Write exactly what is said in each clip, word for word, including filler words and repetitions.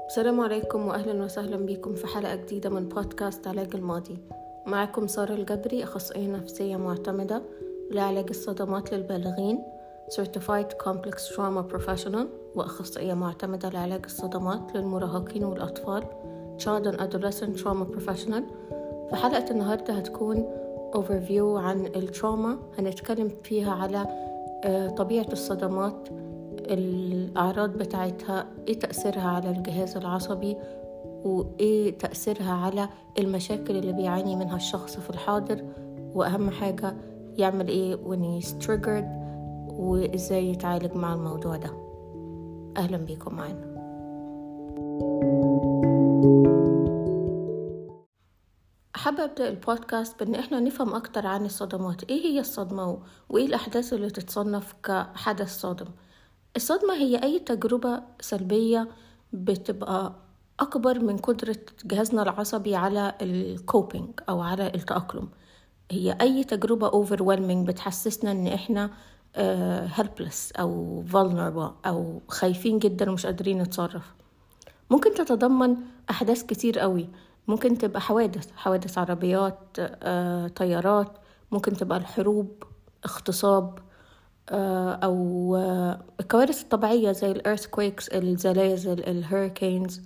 السلام عليكم وأهلا وسهلا بكم في حلقة جديدة من بودكاست علاج الماضي. معكم سارة الجبري، أخصائية نفسية معتمدة لعلاج الصدمات للبالغين Certified Complex Trauma Professional، وأخصائية معتمدة لعلاج الصدمات للمراهقين والأطفال Child and Adolescent Trauma Professional. في حلقة النهاردة هتكون overview عن التراما، هنتكلم فيها على طبيعة الصدمات، الأعراض بتاعتها، إيه تأثيرها على الجهاز العصبي، وإيه تأثيرها على المشاكل اللي بيعاني منها الشخص في الحاضر، وأهم حاجة يعمل إيه when he's triggered، وإزاي يتعالج مع الموضوع ده. أهلا بيكم معنا. حابة أبدأ البودكاست بأن إحنا نفهم أكتر عن الصدمات. إيه هي الصدمة وإيه الأحداث اللي تتصنف كحدث صادم؟ الصدمة هي أي تجربة سلبية بتبقى أكبر من قدرة جهازنا العصبي على الكوبينج أو على التأقلم. هي أي تجربة overwhelming بتحسسنا إن إحنا uh, helpless أو vulnerable أو خايفين جدا ومش قادرين نتصرف. ممكن تتضمن أحداث كتير قوي، ممكن تبقى حوادث حوادث عربيات، uh, طيارات، ممكن تبقى الحروب، اغتصاب، أو الكوارث الطبيعية زي الأرثكويكس، الزلازل، الهوريكينز.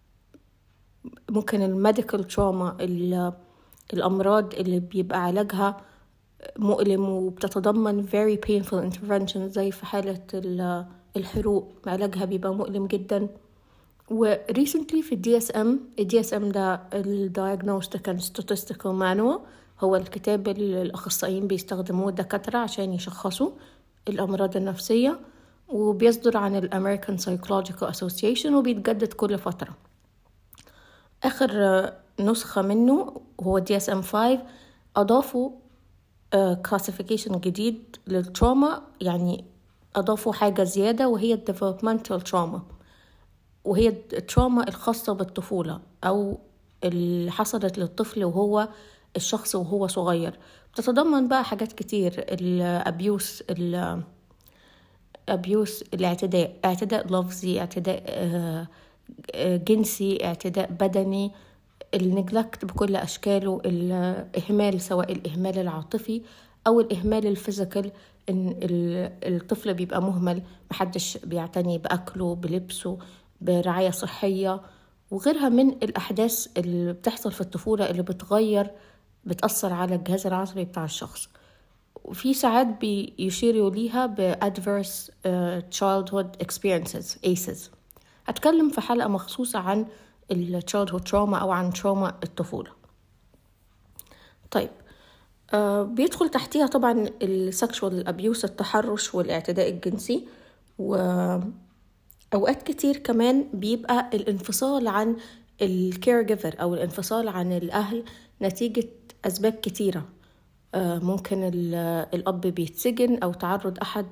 ممكن الميديكال تروما، الأمراض اللي بيبقى علاجها مؤلم وبتتضمن very painful intervention، زي في حالة الحروق علاجها بيبقى مؤلم جدا. و recently في الدي اس ام الدي اس ام ده ال Diagnostic and Statistical Manual، هو الكتاب اللي الأخصائيين بيستخدموه الدكاترة عشان يشخصوا الأمراض النفسية، وبيصدر عن الأمريكان Psychological Association وبيتجدد كل فترة. آخر نسخة منه هو دي اس ام خمسة، أضافوا classification جديد للتراما، يعني أضافوا حاجة زيادة وهي developmental trauma، وهي التراما الخاصة بالطفولة أو اللي حصلت للطفل وهو الشخص وهو صغير. بتتضمن بقى حاجات كتير، الابيوس الابيوس الاعتداء اعتداء لفظي، اعتداء جنسي، اعتداء بدني، النجلكت بكل اشكاله، الاهمال سواء الاهمال العاطفي او الاهمال الفيزيكال، ان الطفل بيبقى مهمل، محدش بيعتني باكله، بلبسه، برعاية صحية، وغيرها من الأحداث اللي بتحصل في الطفولة اللي بتغير بتأثر على الجهاز العصبي بتاع الشخص. وفي ساعات بيشيروا ليها ب Adverse uh, Childhood Experiences إيه سي إس. هتكلم في حلقة مخصوصة عن ال Childhood Trauma أو عن تراما الطفولة. طيب uh, بيدخل تحتيها طبعا ال Sexual Abuse، التحرش والاعتداء الجنسي، و أوقات كتير كمان بيبقى الانفصال عن الكير جيفر أو الانفصال عن الأهل نتيجة أسباب كتيرة. ممكن الأب بيتسجن أو تعرض أحد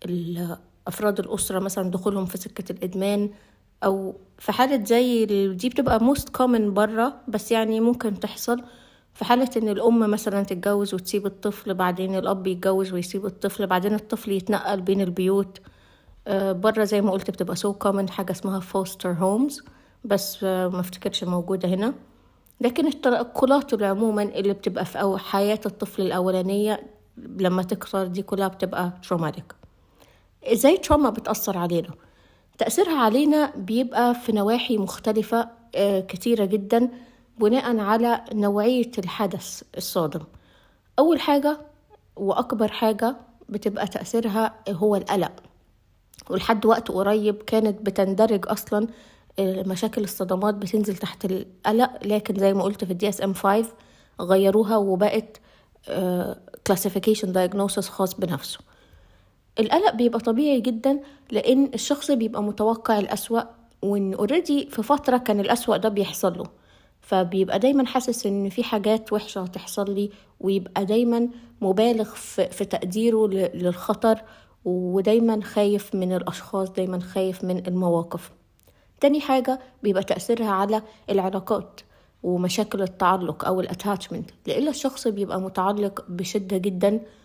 أفراد الأسرة مثلا دخولهم في سكة الإدمان، أو في حالة زي دي بتبقى most common برا، بس يعني ممكن تحصل في حالة إن الأم مثلا تتجوز وتسيب الطفل، بعدين الأب يتجوز ويسيب الطفل، بعدين الطفل يتنقل بين البيوت. برا زي ما قلت بتبقى so common حاجة اسمها foster homes، بس ما افتكرش موجودة هنا. لكن التنقلات عموما اللي بتبقى في أو حياة الطفل الأولانية لما تكثر دي كلها بتبقى traumatic. ازاي تراما بتأثر علينا؟ تأثيرها علينا بيبقى في نواحي مختلفة كتيرة جدا بناء على نوعية الحدث الصادم. أول حاجة وأكبر حاجة بتبقى تأثيرها هو القلق، ولحد وقت قريب كانت بتندرج أصلا مشاكل الصدمات بتنزل تحت القلق، لكن زي ما قلت في الدي اس ام خمسة غيروها وبقت classification diagnosis خاص بنفسه. القلق بيبقى طبيعي جدا لأن الشخص بيبقى متوقع الأسوأ، وإن already في فترة كان الأسوأ ده بيحصل له، فبيبقى دايما حاسس إن في حاجات وحشة هتحصل لي، ويبقى دايما مبالغ في, في تقديره للخطر، ودايما خايف من الأشخاص، دايما خايف من المواقف. تاني حاجة بيبقى تأثيرها على العلاقات ومشاكل التعلق أو الاتاتشمنت، لأن الشخص بيبقى متعلق بشدة جدا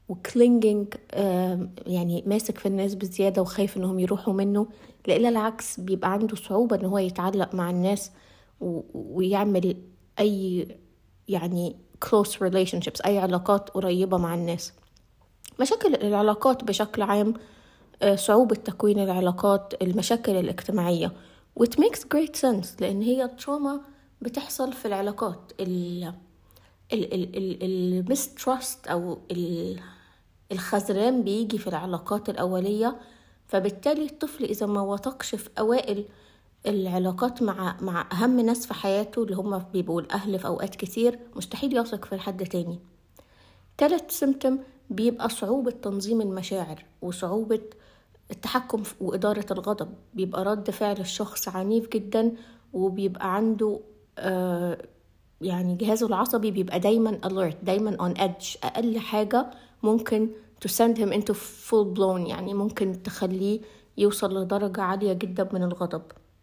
وكلينجينج، يعني ماسك في الناس بزيادة وخايف انهم يروحوا منه. لا، إلا العكس، بيبقى عنده صعوبة ان هو يتعلق مع الناس ويعمل اي يعني close relationships، اي علاقات قريبة مع الناس. مشاكل العلاقات بشكل عام، صعوبة تكوين العلاقات، المشاكل الاجتماعية. which makes great sense لأن هي تروما بتحصل في العلاقات. ال ال ال ال mistrust أو ال الخذلان بيجي في العلاقات الأولية، فبالتالي الطفل إذا ما وثقش في أوائل العلاقات مع مع أهم ناس في حياته اللي هم بيبقوا الأهل في أوقات كتير، مستحيل يثق في حد تاني. تالت سيمتوم بيبقى صعوبة تنظيم المشاعر وصعوبة التحكم وإدارة الغضب. بيبقى رد فعل الشخص عنيف جدا، وبيبقى عنده آه يعني جهازه العصبي بيبقى دايما alert، دايما on edge. أقل حاجة ممكن to send him into full blown، يعني ممكن تخليه يوصل لدرجة عالية جدا من الغضب،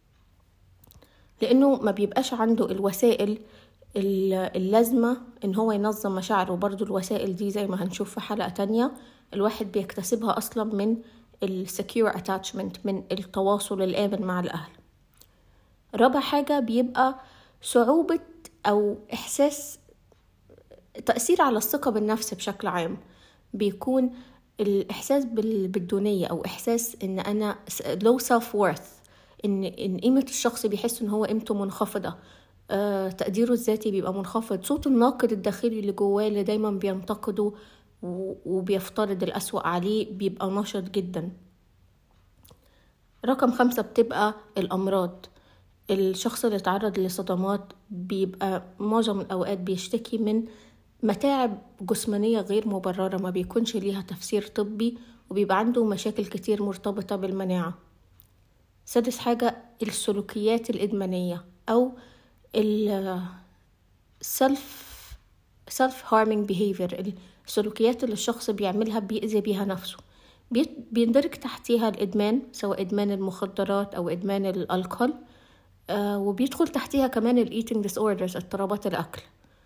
لأنه ما بيبقاش عنده الوسائل اللازمة إن هو ينظم مشاعره. برضو الوسائل دي زي ما هنشوف في حلقة تانية الواحد بيكتسبها أصلا من ال secure attachment، من التواصل الآمن مع الأهل. رابع حاجة بيبقى صعوبة أو إحساس تأثير على الثقة بالنفس بشكل عام. بيكون الإحساس بالدونية أو إحساس إن أنا low self worth، إن إن قيمة الشخص بيحس إن هو قيمته منخفضة، آه، تقديره الذاتي بيبقى منخفض. صوت الناقد الداخلي اللي جواه اللي دايما بينتقده وبيفترض الأسوأ عليه بيبقى نشط جدا. رقم خمسة بتبقى الأمراض. الشخص اللي تعرض لصدمات بيبقى معظم الأوقات بيشتكي من متاعب جسمانية غير مبررة ما بيكونش ليها تفسير طبي، وبيبقى عنده مشاكل كتير مرتبطة بالمناعة. سادس حاجة السلوكيات الإدمانية أو ال self self harming behavior، السلوكيات اللي الشخص بيعملها بيأذي بيها نفسه. بيندرج تحتها الإدمان، سواء إدمان المخدرات أو إدمان الألكول، آه وبيدخل تحتها كمان ال eating disorders، اضطرابات الأكل.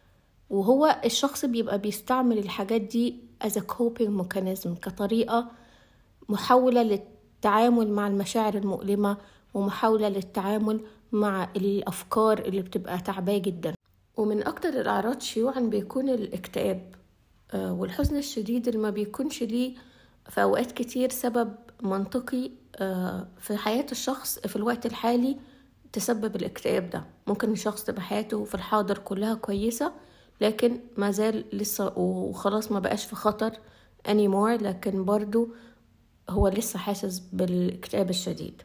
وهو الشخص بيبقى بيستعمل الحاجات دي as a coping mechanism، كطريقة محاولة للتعامل مع المشاعر المؤلمة ومحاولة للتعامل مع الأفكار اللي بتبقى تعباه جدا. ومن أكتر الأعراض شيوعا بيكون الاكتئاب آه والحزن الشديد اللي ما بيكونش ليه في أوقات كتير سبب منطقي آه في حياة الشخص في الوقت الحالي تسبب الاكتئاب ده. ممكن الشخص تبقى حياته في الحاضر كلها كويسة، لكن ما زال لسه وخلاص ما بقاش في خطر anymore، لكن برضو هو لسه حاسس بالاكتئاب الشديد.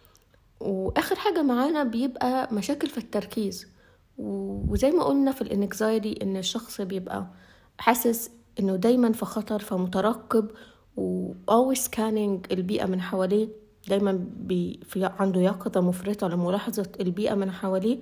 وآخر حاجة معانا بيبقى مشاكل في التركيز. وزي ما قلنا في الانكزايتي إن الشخص بيبقى حاسس إنه دايما في خطر، فمترقب و always scanning البيئة من حواليه، دايما بي في عنده يقظة مفرطة لملاحظة البيئة من حواليه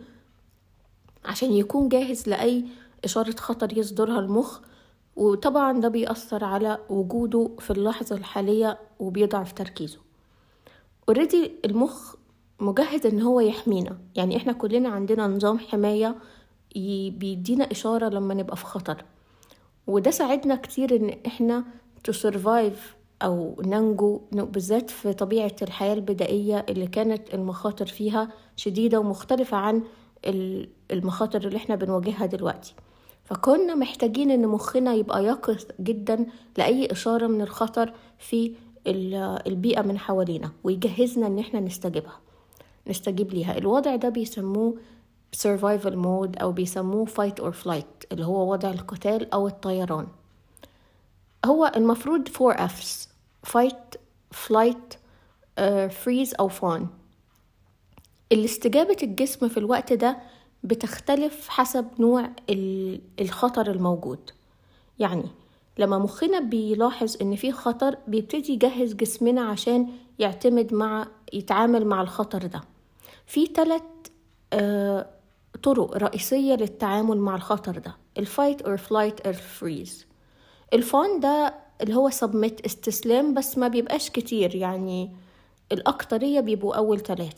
عشان يكون جاهز لأي إشارة خطر يصدرها المخ. وطبعا ده بيأثر على وجوده في اللحظة الحالية وبيضعف تركيزه. already المخ مجهز ان هو يحمينا، يعني احنا كلنا عندنا نظام حماية بيدينا إشارة لما نبقى في خطر، وده ساعدنا كتير ان احنا to survive أو ننجو، بالذات في طبيعة الحياة البدائية اللي كانت المخاطر فيها شديدة ومختلفة عن المخاطر اللي احنا بنواجهها دلوقتي. فكنا محتاجين ان مخنا يبقى يقظ جدا لأي إشارة من الخطر في البيئة من حوالينا، ويجهزنا ان احنا نستجيبها نستجيب ليها. الوضع ده بيسموه survival mode أو بيسموه fight or flight، اللي هو وضع القتال أو الطيران. هو المفروض four F's: fight, flight, uh, freeze أو fawn. الاستجابة الجسم في الوقت ده بتختلف حسب نوع الخطر الموجود. يعني لما مخنا بيلاحظ ان في خطر بيبتدي يجهز جسمنا عشان يعتمد مع يتعامل مع الخطر ده. في ثلاث آه طرق رئيسية للتعامل مع الخطر ده: الفايت or flight or freeze. الفان ده اللي هو submit، استسلام، بس ما بيبقاش كتير، يعني الأكترية بيبقوا أول ثلاثة،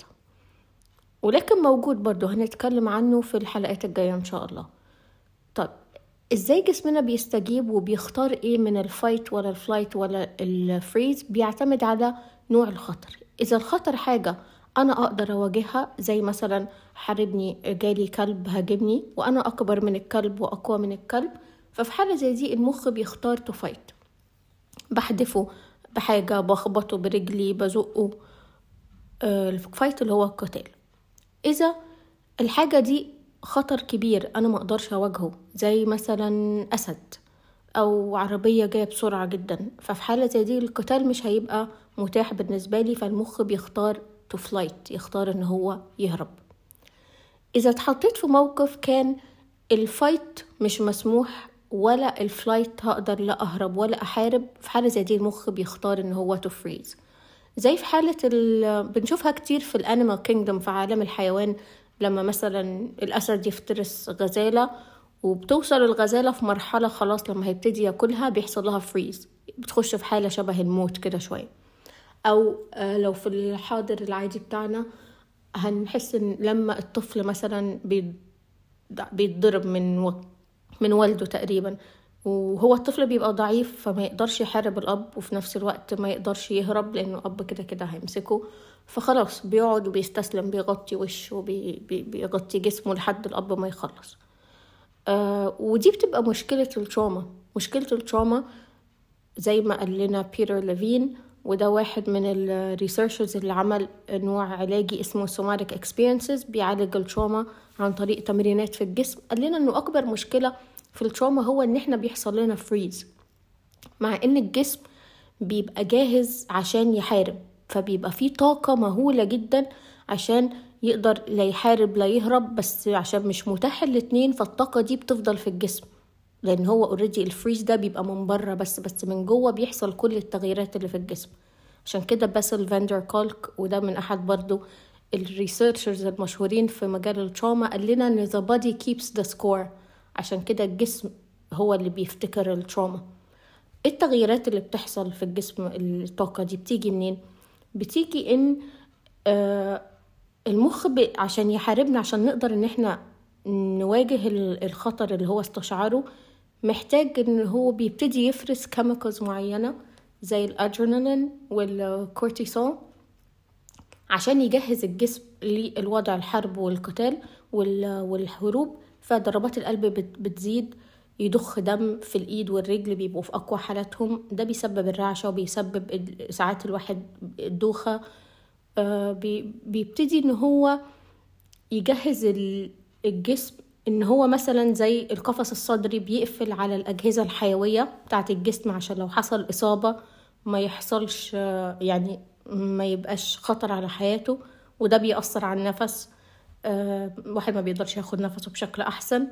ولكن موجود برضو، هنتكلم عنه في الحلقات الجاية إن شاء الله. طب ازاي جسمنا بيستجيب وبيختار ايه من الفايت ولا الفلايت ولا الفريز؟ بيعتمد على نوع الخطر. اذا الخطر حاجة انا اقدر اواجهها، زي مثلا حاربني، جالي كلب هاجمني وانا اكبر من الكلب واقوى من الكلب، ففي حالة زي دي المخ بيختار تو فايت، بحدفه بحاجة، بخبطه برجلي، بزقه. آه، الفايت اللي هو القتال. اذا الحاجة دي خطر كبير انا ما اقدرش اواجهه، زي مثلا اسد او عربية جاية بسرعة جدا، ففي حالة زي دي القتال مش هيبقى متاح بالنسبة لي، فالمخ بيختار تو فلايت، يختار ان هو يهرب. اذا اتحطيت في موقف كان الفايت مش مسموح ولا الفلايت هقدر لا اهرب ولا احارب، في حالة زي دي المخ بيختار ان هو تو فريز. زي في حالة ال... بنشوفها كتير في الانيمال كينجدوم، في عالم الحيوان، لما مثلا الاسد يفترس غزالة وبتوصل الغزالة في مرحلة خلاص لما هيبتدي ياكلها بيحصل لها فريز، بتخش في حالة شبه الموت كده شوية. او آه، لو في الحاضر العادي بتاعنا هنحس ان لما الطفل مثلا بيتضرب من و... من والده تقريبا، وهو الطفل بيبقى ضعيف فما يقدرش يحارب الأب، وفي نفس الوقت ما يقدرش يهرب لأنه الأب كده كده هيمسكه، فخلاص بيقعد وبيستسلم، بيغطي وشه وبيغطي جسمه لحد الأب ما يخلص. آه ودي بتبقى مشكلة التروما. مشكلة التروما زي ما قال لنا بيتر ليفين، وده واحد من الريسيرشرز اللي عمل نوع علاجي اسمه somatic experiences بيعالج التروما عن طريق تمرينات في الجسم. قال لنا انه اكبر مشكلة في التروما هو ان احنا بيحصل لنا فريز، مع ان الجسم بيبقى جاهز عشان يحارب، فبيبقى فيه طاقة مهولة جدا عشان يقدر لا يحارب لا يهرب، بس عشان مش متاح الاتنين فالطاقة دي بتفضل في الجسم، لان هو اوريدي الفريز ده بيبقى من بره بس بس من جوه بيحصل كل التغييرات اللي في الجسم. عشان كده باسل فاندر كولك، وده من احد برضو الريسيرشرز المشهورين في مجال التروما، قال لنا ان the body keeps the score. عشان كده الجسم هو اللي بيفتكر التروما. التغييرات اللي بتحصل في الجسم، الطاقة دي بتيجي منين؟ بتيجي ان آه المخ عشان يحاربنا، عشان نقدر ان احنا نواجه الخطر اللي هو استشعاره، محتاج ان هو بيبتدي يفرز كيميكالز معينة زي الادرينالين والكورتيسول عشان يجهز الجسم للوضع الحرب والقتال والهروب. فضربات القلب بتزيد، يضخ دم في الايد والرجل، بيبقوا في اقوى حالاتهم، ده بيسبب الرعشة وبيسبب ساعات الواحد الدوخة. بيبتدي ان هو يجهز الجسم ان هو مثلا زي القفص الصدري بيقفل على الاجهزة الحيوية بتاعت الجسم عشان لو حصل اصابة ما يحصلش، يعني ما يبقاش خطر على حياته، وده بيأثر على النفس، واحد ما بيقدرش ياخد نفسه بشكل احسن.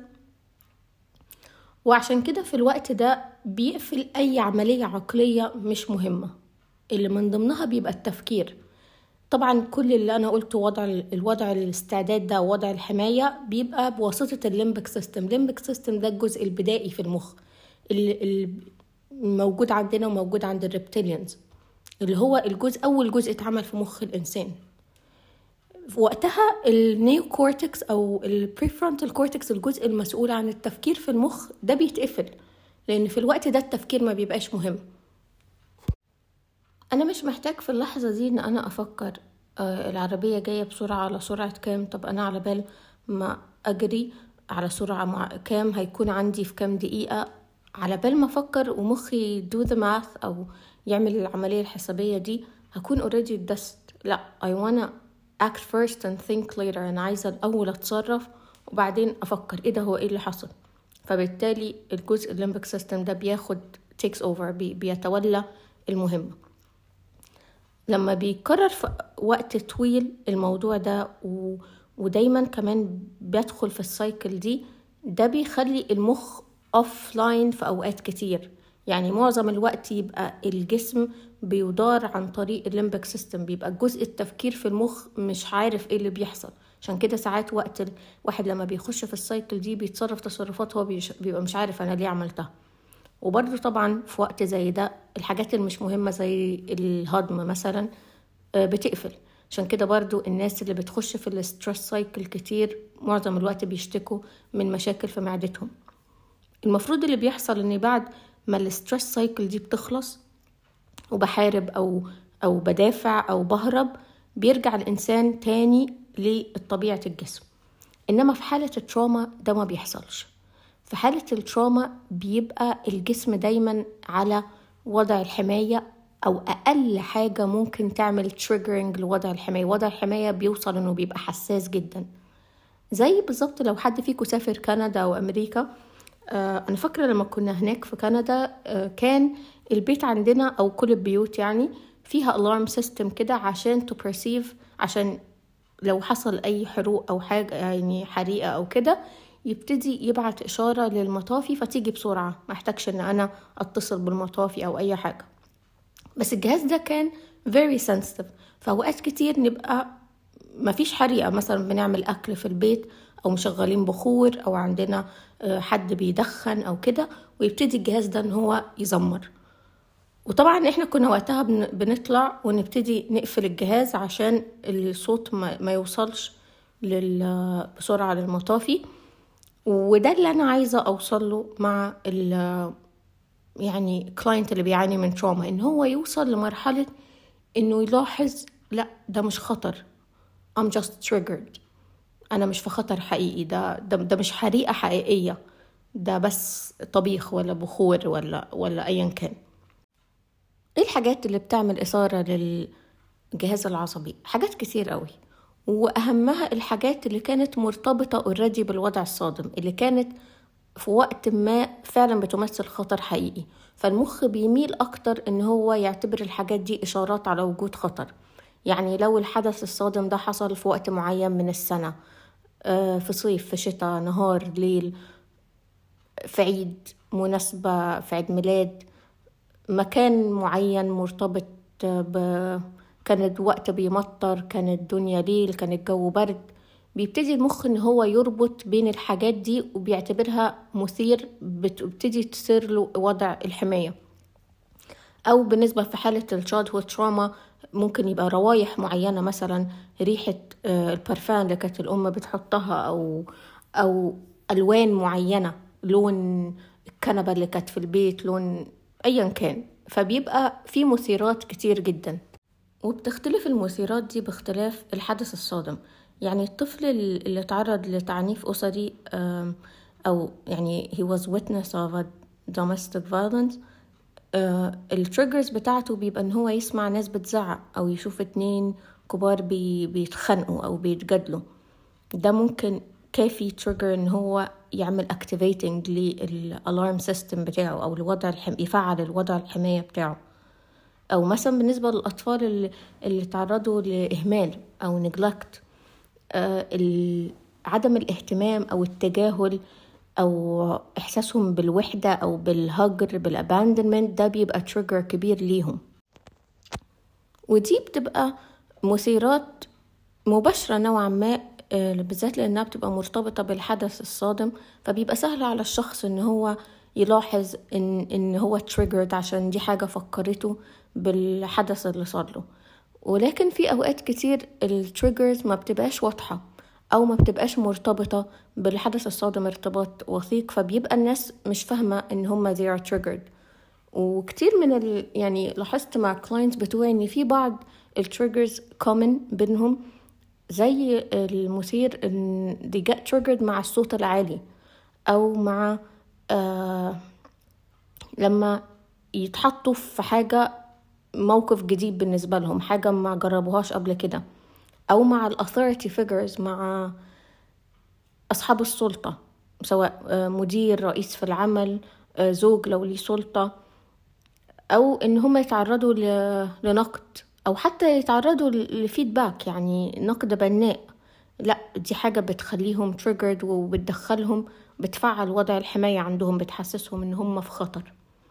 وعشان كده في الوقت ده بيقفل اي عملية عقلية مش مهمة، اللي من ضمنها بيبقى التفكير. طبعا كل اللي انا قلته وضع الوضع الاستعداد ده ووضع الحماية بيبقى بواسطة الليمبك سيستم. الليمبك سيستم ده الجزء البدائي في المخ اللي موجود عندنا وموجود عند الريبتيليانز، اللي هو الجزء اول جزء اتعمل في مخ الانسان. وقتها النيو كورتكس او البريفرونتال كورتكس، الجزء المسؤول عن التفكير في المخ، ده بيتقفل، لان في الوقت ده التفكير ما بيبقاش مهم. انا مش محتاج في اللحظة دي ان انا افكر آه العربية جاية بسرعة على سرعة كام، طب انا على بال ما اجري على سرعة مع كام هيكون عندي في كام دقيقة، على بال ما افكر ومخي do the math او يعمل العملية الحسابية دي هكون already دست. لا، I wanna act first and think later. انا عايزة الاول اتصرف وبعدين افكر ايه ده، هو ايه اللي حصل. فبالتالي الجزء الليمبك سيستم ده بياخد takes over، بي بيتولى المهمة. لما بيكرر في وقت طويل الموضوع ده و... ودايما كمان بيدخل في السايكل دي، ده بيخلي المخ offline في أوقات كتير. يعني معظم الوقت يبقى الجسم بيدار عن طريق الليمبك سيستم، بيبقى جزء التفكير في المخ مش عارف ايه اللي بيحصل. عشان كده ساعات وقت الواحد لما بيخش في السايكل دي بيتصرف تصرفات هو بيش... بيبقى مش عارف أنا ليه عملتها. وبرضو طبعا في وقت زي ده الحاجات المش مهمة زي الهضم مثلا بتقفل. عشان كده برضو الناس اللي بتخش في الستريس سايكل كتير معظم الوقت بيشتكوا من مشاكل في معدتهم. المفروض اللي بيحصل ان بعد ما الستريس سايكل دي بتخلص وبحارب او او بدافع او بهرب، بيرجع الانسان تاني لطبيعة الجسم. انما في حالة التروما ده ما بيحصلش. في حالة التروما بيبقى الجسم دايما على وضع الحماية، او اقل حاجة ممكن تعمل تريجرنج لوضع الحماية. وضع الحماية بيوصل انه بيبقى حساس جدا. زي بالظبط لو حد فيكم سافر كندا او امريكا. آه انا فاكرة لما كنا هناك في كندا، آه كان البيت عندنا او كل البيوت يعني فيها alarm system كده عشان to perceive، عشان لو حصل اي حروق او حاجة يعني حريقة او كده يبتدي يبعت اشارة للمطافي فتيجي بسرعة، ما احتاجش ان انا اتصل بالمطافي او اي حاجة. بس الجهاز ده كان very sensitive، فأوقات كتير نبقى ما فيش حريقة، مثلا بنعمل أكل في البيت أو مشغلين بخور أو عندنا حد بيدخن أو كده، ويبتدي الجهاز ده إن هو يزمر. وطبعا إحنا كنا وقتها بنطلع ونبتدي نقفل الجهاز عشان الصوت ما يوصلش بسرعة للمطافي. وده اللي أنا عايزة أوصله مع يعني كلاينت اللي بيعاني من تروما، إن هو يوصل لمرحلة إنه يلاحظ لا ده مش خطر، I'm just triggered، أنا مش في خطر حقيقي، ده, ده, ده مش حريقة حقيقية، ده بس طبيخ ولا بخور ولا, ولا أيا كان. إيه الحاجات اللي بتعمل إثارة للجهاز العصبي؟ حاجات كتير قوي، وأهمها الحاجات اللي كانت مرتبطة already بالوضع الصادم، اللي كانت في وقت ما فعلا بتمثل خطر حقيقي، فالمخ بيميل أكتر إن هو يعتبر الحاجات دي إشارات على وجود خطر. يعني لو الحدث الصادم ده حصل في وقت معين من السنة، في صيف، في شتاء، نهار، ليل، في عيد، مناسبة، في عيد ميلاد، مكان معين مرتبط ب كانت وقت بيمطر، كانت الدنيا ليل، كان الجو برد، بيبتدي المخ ان هو يربط بين الحاجات دي وبيعتبرها مثير، بتبتدي تصير له وضع الحماية. او بالنسبة في حالة الشادهود تروما ممكن يبقى روايح معينة، مثلا ريحة البرفان اللي كانت الأم بتحطها، أو, أو ألوان معينة، لون الكنبة اللي كانت في البيت، لون أيا كان. فبيبقى في مثيرات كتير جدا، وبتختلف المثيرات دي باختلاف الحدث الصادم. يعني الطفل اللي تعرض لتعنيف أسري أو يعني he was witness of a domestic violence، التريجرز بتاعته بيبقى ان هو يسمع ناس بتزعق او يشوف اتنين كبار بي بيتخانقوا او بيتجادلوا. ده ممكن كافي تريجر ان هو يعمل activating للالارم سيستم بتاعه او الوضع الحم... يفعل الوضع الحماية بتاعه. او مثلا بالنسبة للاطفال اللي, اللي تعرضوا لاهمال او neglect، آه عدم الاهتمام او التجاهل او احساسهم بالوحدة او بالهجر بالاباندمنت، ده بيبقى تريجر كبير ليهم. ودي بتبقى مثيرات مباشرة نوعا ما، بالذات لانها بتبقى مرتبطة بالحدث الصادم، فبيبقى سهل على الشخص ان هو يلاحظ ان, إن هو تريجرد عشان دي حاجة فكرته بالحدث اللي صار له. ولكن في اوقات كتير التريجرز ما بتبقاش واضحة او ما بتبقاش مرتبطة بالحدث الصادم ارتباط وثيق، فبيبقى الناس مش فاهمة ان هم they are triggered. وكتير من ال... يعني لاحظت مع clients بتوعي ان في بعض التريجرز common بينهم، زي المثير ان they get triggered مع الصوت العالي، او مع آه لما يتحطوا في حاجة موقف جديد بالنسبة لهم، حاجة ما جربوهاش قبل كده، أو مع الأثوريتي فيجرز، مع أصحاب السلطة، سواء مدير، رئيس في العمل، زوج لو ليه سلطة، أو إن هم يتعرضوا لنقد أو حتى يتعرضوا لفيدباك، يعني نقد بناء. لا دي حاجة بتخليهم تريجرد وبتدخلهم بتفعل وضع الحماية عندهم، بتحسسهم إن هم في خطر.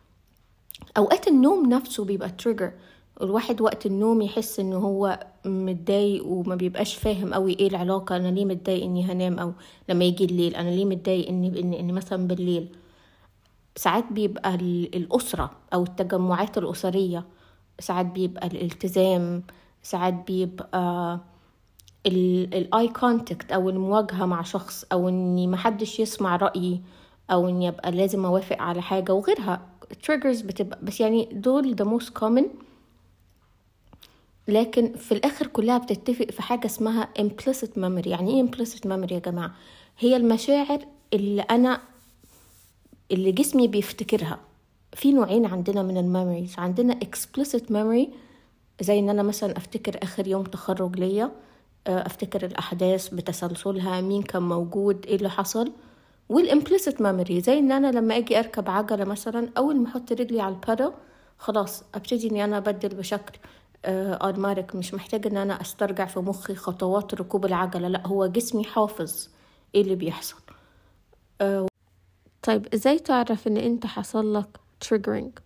أوقات النوم نفسه بيبقى تريجر، الواحد وقت النوم يحس إنه هو متضايق وما بيبقاش فاهم قوي إيه العلاقة، أنا ليه متضايق إني هنام، أو لما يجي الليل أنا ليه متضايق إني, إني, إني مثلا بالليل. ساعات بيبقى الأسرة أو التجمعات الأسرية، ساعات بيبقى الالتزام، ساعات بيبقى الاي كونتاكت أو المواجهة مع شخص، أو إني محدش يسمع رأيي، أو إني أبقى لازم أوافق على حاجة وغيرها. triggers بتبقى بس يعني دول the most common، لكن في الآخر كلها بتتفق في حاجة اسمها implicit memory. يعني إيه implicit memory يا جماعة؟ هي المشاعر اللي أنا اللي جسمي بيفتكرها. في نوعين عندنا من الميموريز، عندنا explicit memory زي ان انا مثلا افتكر اخر يوم تخرج ليا، افتكر الاحداث بتسلسلها، مين كان موجود، ايه اللي حصل. والimplicit memory زي ان انا لما اجي اركب عجلة مثلا، اول ما احط رجلي على البادل خلاص ابتدي ان انا ابدل بشكل اوتوماتيك، مش محتاج ان انا استرجع في مخي خطوات ركوب العجلة، لا هو جسمي حافظ ايه اللي بيحصل. طيب ازاي تعرف ان انت حصل لك triggering؟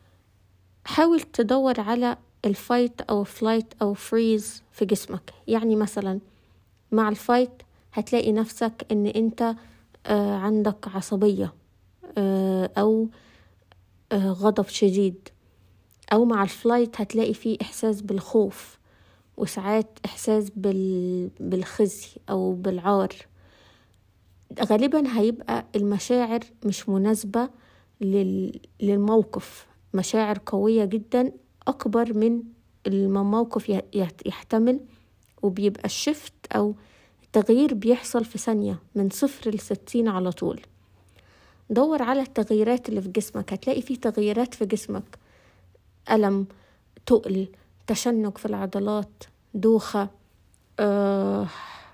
حاول تدور على الفايت او فلايت او فريز في جسمك. يعني مثلا مع الفايت هتلاقي نفسك ان انت آه عندك عصبية آه او آه غضب شديد، او مع الفلايت هتلاقي فيه احساس بالخوف، وساعات احساس بال... بالخزي او بالعار. غالبا هيبقى المشاعر مش مناسبة لل... للموقف، مشاعر قوية جدا أكبر من الموقف يحتمل، وبيبقى الشفت أو التغيير بيحصل في ثانية من صفر لستين على طول. دور على التغييرات اللي في جسمك، هتلاقي فيه تغييرات في جسمك، ألم، تقل، تشنج في العضلات، دوخة، آه،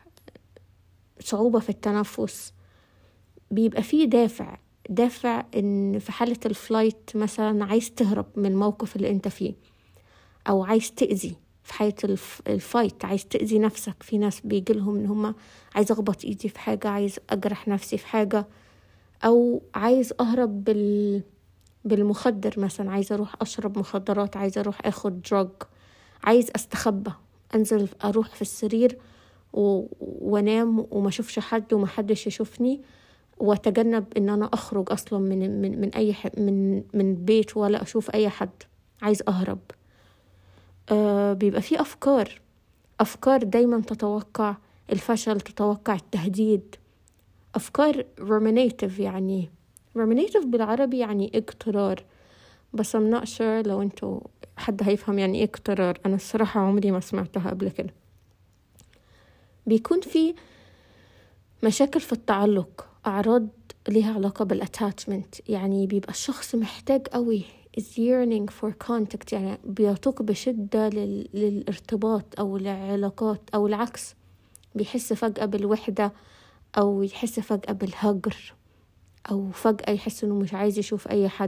صعوبة في التنفس. بيبقى فيه دافع دافع ان في حالة الفلايت مثلا عايز تهرب من الموقف اللي انت فيه، او عايز تأذي. في حالة الفايت عايز تأذي نفسك. في ناس بيجي لهم ان هم عايز اخبط ايدي في حاجة، عايز اجرح نفسي في حاجة، او عايز اهرب بال بالمخدر مثلا، عايز اروح اشرب مخدرات، عايز اروح اخد دراج، عايز استخبى، انزل اروح في السرير و... وانام وما اشوفش حد وما حدش يشوفني، واتجنب ان انا اخرج اصلا من من من اي ح... من من بيت ولا اشوف اي حد، عايز اهرب. آه بيبقى في افكار افكار دايما تتوقع الفشل، تتوقع التهديد، افكار ruminative. يعني ruminative بالعربي يعني اقترار، بس I'm not sure لو انتوا حد هيفهم يعني ايه اقترار. انا الصراحة عمري ما سمعتها قبل كده. بيكون في مشاكل في التعلق، أعراض ليها علاقة بالاتاتشمنت. يعني بيبقى الشخص محتاج قوي is yearning for contact، يعني بيتوق بشدة لل... للارتباط أو العلاقات، أو العكس بيحس فجأة بالوحدة، أو يحس فجأة بالهجر، أو فجأة يحس إنه مش عايز يشوف أي حد.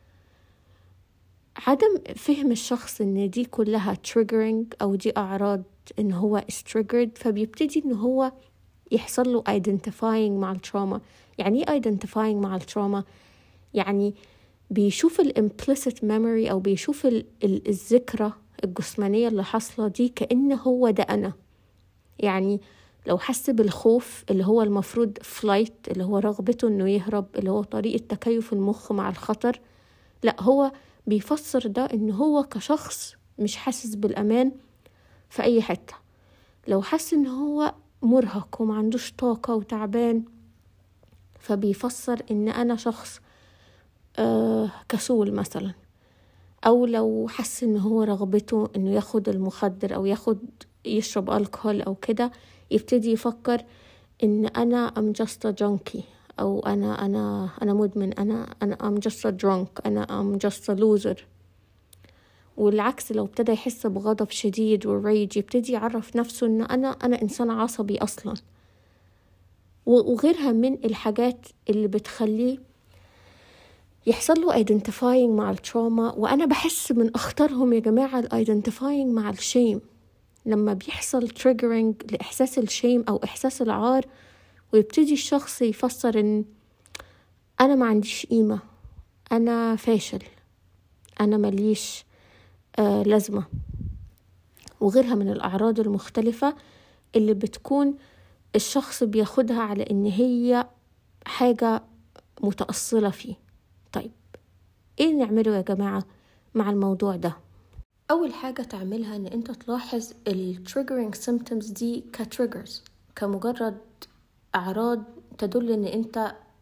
عدم فهم الشخص إن دي كلها triggering أو دي أعراض إن هو is triggered، فبيبتدي إن هو يحصل له identifying مع التراما. يعني ايه identifying مع التراما؟ يعني بيشوف ال implicit memory أو بيشوف ال ال الذكرى الجسمانية اللي حصلة دي كأنه هو ده أنا. يعني لو حس بالخوف اللي هو المفروض flight، اللي هو رغبته إنه يهرب، اللي هو طريقة تكيف المخ مع الخطر، لا هو بيفسر ده إنه هو كشخص مش حاسس بالأمان في أي حتة. لو حس إنه هو مرهق وما عندوش طاقة وتعبان، فبيفسر إن أنا شخص آه كسول مثلا. أو لو حس إن هو رغبته إنه ياخد المخدر أو ياخد يشرب الكحول أو كده، يبتدي يفكر إن أنا I'm just a junkie، أو أنا أنا أنا مدمن، أنا أنا I'm just a drunk، أنا I'm just a loser. والعكس لو ابتدى يحس بغضب شديد والريج، يبتدي يعرف نفسه إن أنا أنا إنسان عصبي أصلا. وغيرها من الحاجات اللي بتخليه يحصل له identifying مع التراما. وأنا بحس من أخطرهم يا جماعة identifying مع الشيم. لما بيحصل triggering لإحساس الشيم أو إحساس العار، ويبتدي الشخص يفسر إن أنا ما عنديش قيمة، أنا فاشل، أنا مليش آه لازمة، وغيرها من الأعراض المختلفة اللي بتكون الشخص بياخدها على إن هي حاجة متأصلة فيه. طيب إيه نعمله يا جماعة مع الموضوع ده؟ أول حاجة تعملها إن أنت تلاحظ ال triggering symptoms دي كتريجرز، كمجرد أعراض تدل إن أنت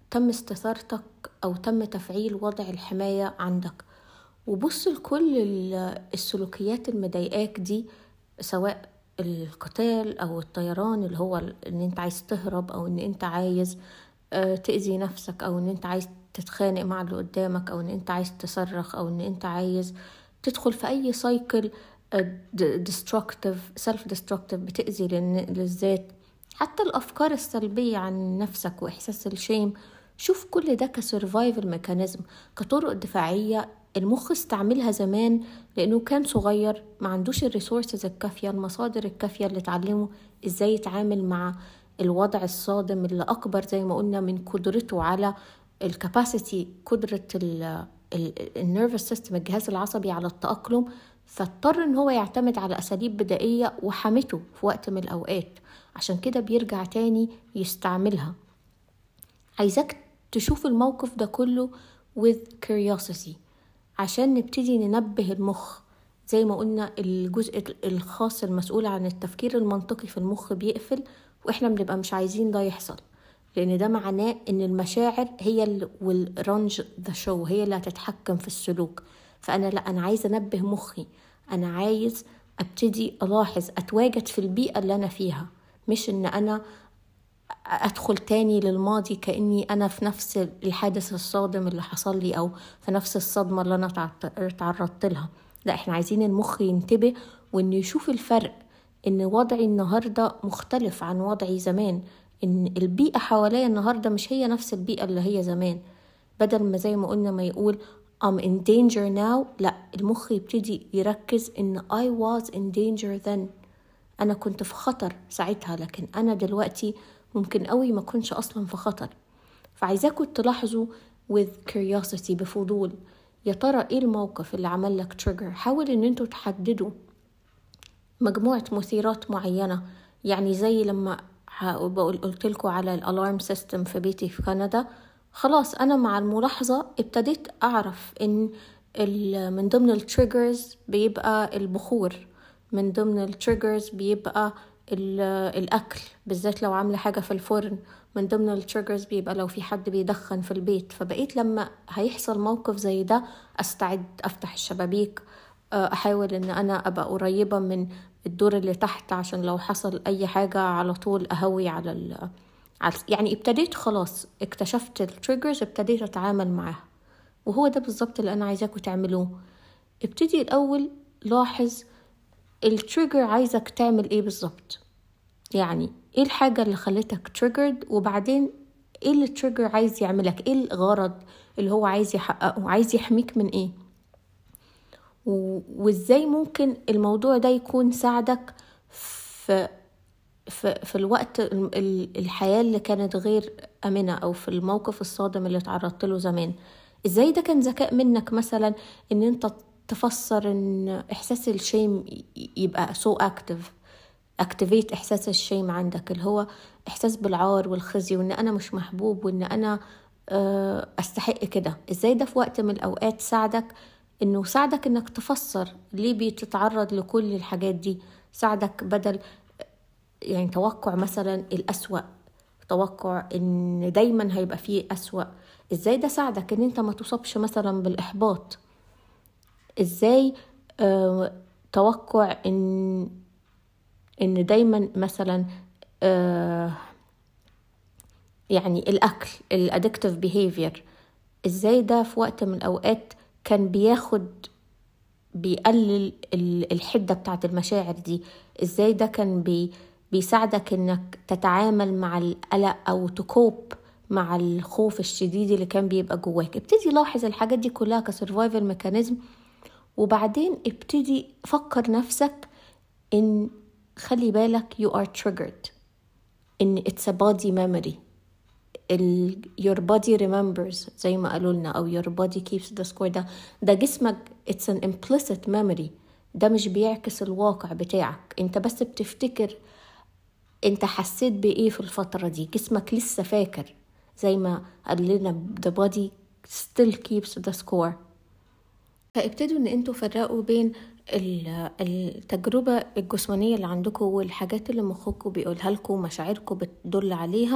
تم استثارتك أو تم تفعيل وضع الحماية عندك. وبص لكل السلوكيات المضايقاك دي، سواء القتال أو الطيران اللي هو إن أنت عايز تهرب، أو إن أنت عايز تأذي نفسك، أو إن أنت عايز تتخانق مع اللي قدامك، أو إن أنت عايز تصرخ، أو إن أنت عايز تدخل في أي سايكل destructive self destructive بتأذي للذات. حتى الأفكار السلبية عن نفسك وإحساس الشيم، شوف كل ده كسرفايفل ميكانيزم، كطرق دفاعية المخ استعملها زمان لأنه كان صغير، ما عندوش الريسورسز الكافية، المصادر الكافية اللي تعلمه إزاي يتعامل مع الوضع الصادم اللي أكبر زي ما قلنا من قدرته على الكاباسيتي، قدرة النيرفس سيستم، الجهاز العصبي، على التأقلم. فاضطر ان هو يعتمد على أساليب بدائية وحمته في وقت من الأوقات، عشان كده بيرجع تاني يستعملها. عايزاك تشوف الموقف ده كله with curiosity عشان نبتدي ننبه المخ. زي ما قلنا الجزء الخاص المسؤول عن التفكير المنطقي في المخ بيقفل، وإحنا بنبقى مش عايزين ده يحصل، لأن ده معناه إن المشاعر هي اللي والرنج ذا شو هي اللي هتتحكم في السلوك. فأنا لا، أنا عايز أنبه مخي، أنا عايز أبتدي ألاحظ، أتواجد في البيئة اللي أنا فيها، مش إن أنا أدخل تاني للماضي كأني أنا في نفس الحادث الصادم اللي حصل لي، أو في نفس الصدمة اللي أنا تعرضت لها. لا، إحنا عايزين المخ ينتبه وإنه يشوف الفرق، إن وضعي النهاردة مختلف عن وضعي زمان، إن البيئة حواليا النهاردة مش هي نفس البيئة اللي هي زمان. بدل ما زي ما قلنا ما يقول I'm in danger now، لا، المخ يبتدي يركز إن I was in danger then، أنا كنت في خطر ساعتها، لكن أنا دلوقتي ممكن قوي ما كنش أصلا في خطر. فعايزاكم تلاحظوا with curiosity، بفضول، يا ترى إيه الموقف اللي عمل لك trigger. حاول إن انتوا تحددوا مجموعة مثيرات معينة، يعني زي لما قلت لكم على الالارم سيستم في بيتي في كندا، خلاص أنا مع الملاحظة ابتديت أعرف إن من ضمن التريجرز بيبقى البخور، من ضمن التريجرز بيبقى الأكل، بالذات لو عاملة حاجة في الفرن، من ضمن التريجرز بيبقى لو في حد بيدخن في البيت. فبقيت لما هيحصل موقف زي ده أستعد، أفتح الشبابيك، أحاول إن أنا أبقى قريبة من الدور اللي تحت عشان لو حصل أي حاجة على طول أهوي على ال يعني ابتديت خلاص، اكتشفت التريجرز، ابتديت أتعامل معاها. وهو ده بالظبط اللي أنا عايزاكم تعملوه. ابتدي الأول لاحظ التريجر عايزك تعمل ايه بالظبط، يعني ايه الحاجة اللي خلتك تريجرد، وبعدين ايه اللي التريجر عايز يعملك، ايه الغرض اللي هو عايز يحققه، عايز يحميك من ايه، وازاي ممكن الموضوع ده يكون ساعدك في في في الوقت الحياة اللي كانت غير آمنة، أو في الموقف الصادم اللي تعرضت له زمان. إزاي ده كان ذكاء منك مثلا إن أنت تفسر إن إحساس الشيم يبقى سو أكتيف، أكتيفيت إحساس الشيم عندك، اللي هو إحساس بالعار والخزي، وإن أنا مش محبوب، وإن أنا أستحق كده. إزاي ده في وقت من الأوقات ساعدك، إنه ساعدك إنك تفسر ليه بتتعرض لكل الحاجات دي، ساعدك بدل يعني توقع مثلا الأسوأ، توقع ان دايما هيبقى فيه أسوأ. ازاي ده ساعدك ان انت ما تصابش مثلا بالإحباط. ازاي آه توقع ان ان دايما مثلا آه يعني الأكل، الأدكتيف بيهيفير، ازاي ده في وقت من الأوقات كان بياخد بيقلل الحدة بتاعت المشاعر دي. ازاي ده كان بي بيساعدك انك تتعامل مع القلق او تكوب مع الخوف الشديد اللي كان بيبقى جواك. ابتدي لاحظ الحاجات دي كلها كسرفايفل ميكانيزم، وبعدين ابتدي فكر نفسك ان خلي بالك you are triggered، ان it's a body memory، ال your body remembers زي ما قالوا لنا، او your body keeps the score. ده ده جسمك it's an implicit memory، ده مش بيعكس الواقع بتاعك، انت بس بتفتكر انت حسيت بايه في الفترة دي، جسمك لسه فاكر، زي ما قال لنا the body still keeps the score. فابتدوا ان انتوا فرقوا بين التجربة الجسمانية اللي عندكم والحاجات اللي مخكم بيقولها لكم، مشاعركم بتدل عليها،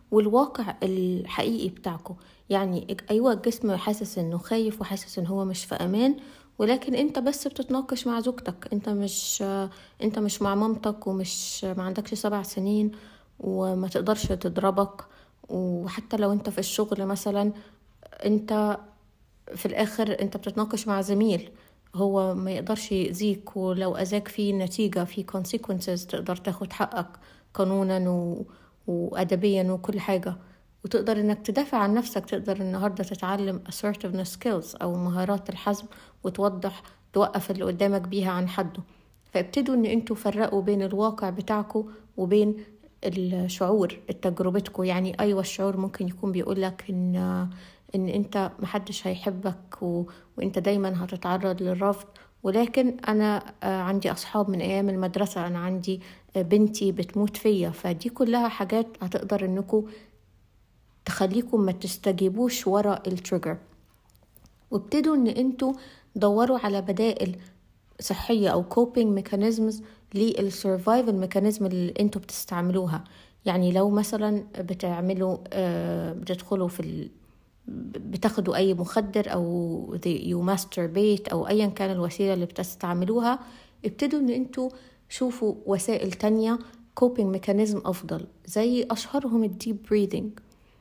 والواقع الحقيقي بتاعكم. يعني أيوة الجسم حاسس إنه خايف وحاسس إنه هو مش في أمان، ولكن انت بس بتتناقش مع زوجتك، انت مش انت مش مع مامتك، ومش ما عندكش سبع سنين وما تقدرش تضربك. وحتى لو انت في الشغل مثلا، انت في الاخر انت بتتناقش مع زميل، هو ما يقدرش يأذيك، ولو أذاك في نتيجة، في consequences، تقدر تاخد حقك قانونا و... وأدبيا وكل حاجة، وتقدر انك تدافع عن نفسك. تقدر النهاردة تتعلم assertiveness skills او مهارات الحزم، وتوضح توقف اللي قدامك بيها عن حده. فابتدوا ان انتوا فرقوا بين الواقع بتاعكم وبين الشعور تجربتكم. يعني ايوه الشعور ممكن يكون بيقولك ان ان انت محدش هيحبك و... وانت دايما هتتعرض للرفض، ولكن انا عندي اصحاب من ايام المدرسة، انا عندي بنتي بتموت فيا. فدي كلها حاجات هتقدر انكم تخليكم ما تستجيبوش ورا التريجر. وابتدوا ان انتوا دوروا على بدائل صحية او coping mechanisms للsurvival mechanism اللي انتوا بتستعملوها. يعني لو مثلا بتعملوا بتدخلوا في ال... بتاخدوا اي مخدر او you masturbate او ايا كان الوسيلة اللي بتستعملوها، ابتدوا ان انتوا شوفوا وسائل تانية coping mechanism افضل، زي اشهرهم الديب breathing.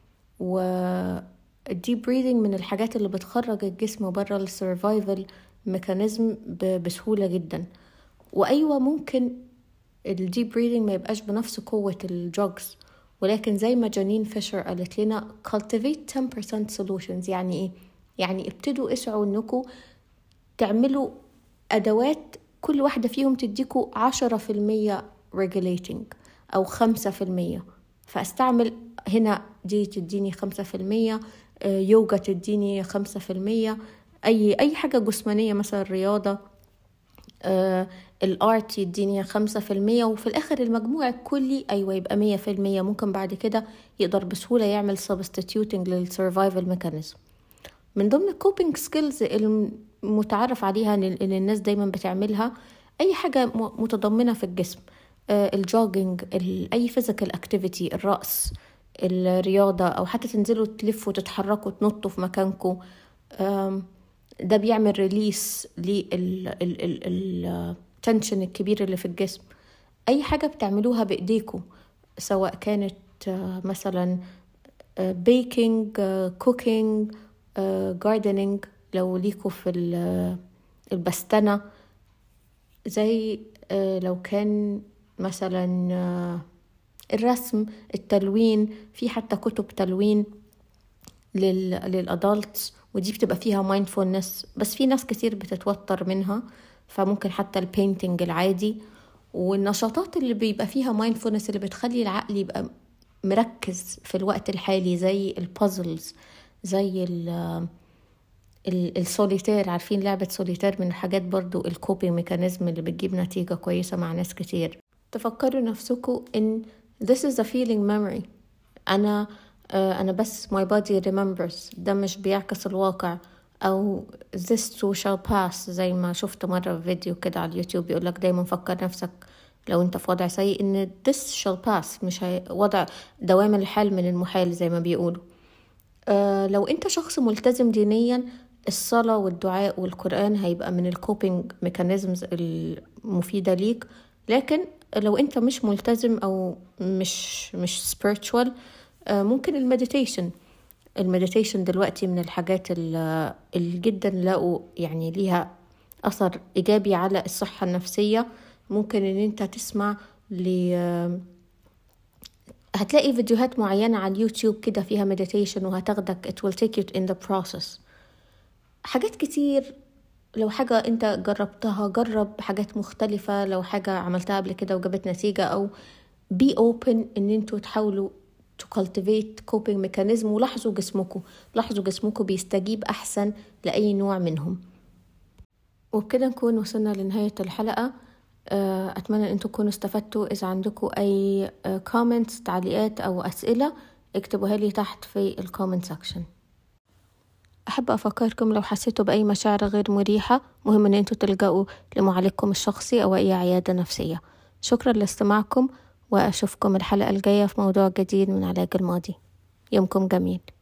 والديب بريدنج من الحاجات اللي بتخرج الجسم برا السرفايفل ميكانيزم بسهولة جدا. وأيوة ممكن الديب بريدنج ما يبقاش بنفس قوة الدروجز، ولكن زي ما جانين فيشر قالت لنا cultivate ten percent solutions. يعني إيه؟ يعني ابتدوا اسعوا انكم تعملوا أدوات كل واحدة فيهم تديكوا عشرة في المية regulating أو خمسة في المية. فاستعمل هنا دي تديني خمسة في المية، يوغا تديني خمسة في المية، أي أي حاجة جسمانية مثلا رياضة، الارت يديني خمسة في المية، وفي الآخر المجموع الكلي أيوة يبقى مية في المية. ممكن بعد كده يقدر بسهولة يعمل substituting للsurvival mechanism. من ضمن الكوبينج سكيلز المتعرف عليها ان الناس دايما بتعملها أي حاجة متضمنة في الجسم، الجوجينج، أي physical activity، الرقص، الرياضة، أو حتى تنزلوا تلفوا وتتحركوا تنطوا في مكانكم. ده بيعمل ريليس للتنشن الكبير اللي في الجسم. أي حاجة بتعملوها بإيديكم، سواء كانت مثلا بيكينج، كوكينج، جاردنينج، لو ليكوا في البستنة، زي لو كان مثلا الرسم، التلوين، في حتى كتب تلوين للأدلتس، ودي بتبقى فيها mindfulness، بس في ناس كتير بتتوتر منها، فممكن حتى البينتينج العادي. والنشاطات اللي بيبقى فيها mindfulness اللي بتخلي العقل يبقى مركز في الوقت الحالي، زي البازلز، زي السوليتير. عارفين لعبة سوليتير؟ من الحاجات برضو الكوبينج ميكانيزم اللي بتجيب نتيجة كويسة مع ناس كتير. تفكروا نفسكم إن this is a feeling memory. أنا أنا بس my body remembers، ده مش بيعكس الواقع. أو this too shall pass، زي ما شفت مرة في فيديو كده على اليوتيوب يقولك دايما فكر نفسك لو انت في وضع سيء ان this shall pass، مش هي وضع دوام الحال من المحال زي ما بيقولوا. أه لو انت شخص ملتزم دينيا، الصلاة والدعاء والقرآن هيبقى من الكوبينج ميكانيزمز المفيدة ليك. لكن لو انت مش ملتزم او مش مش spiritual، أه ممكن المديتيشن. المديتيشن دلوقتي من الحاجات اللي جدا لقوا يعني ليها أثر إيجابي على الصحة النفسية. ممكن ان انت تسمع ل هتلاقي فيديوهات معينة على اليوتيوب كده فيها meditation، وهتاخدك it will take you in the process. حاجات كتير. لو حاجة انت جربتها، جرب حاجات مختلفة. لو حاجة عملتها قبل كده وجابت نتيجة، او be open ان انتوا تحاولوا to cultivate coping mechanism. ولاحظوا جسمكم، لاحظوا جسمكم بيستجيب أحسن لأي نوع منهم. وبكده نكون وصلنا لنهاية الحلقة. أتمنى أن تكونوا استفدتوا. إذا عندكم أي comments، تعليقات أو أسئلة، اكتبوها لي تحت في الكومنت سكشن. أحب أفكركم لو حسيتوا بأي مشاعر غير مريحة، مهم أن أنتوا تلجأوا لمعالجكم الشخصي أو أي عيادة نفسية. شكرا لاستماعكم، وأشوفكم الحلقة الجاية في موضوع جديد من علاج الماضي. يومكم جميل.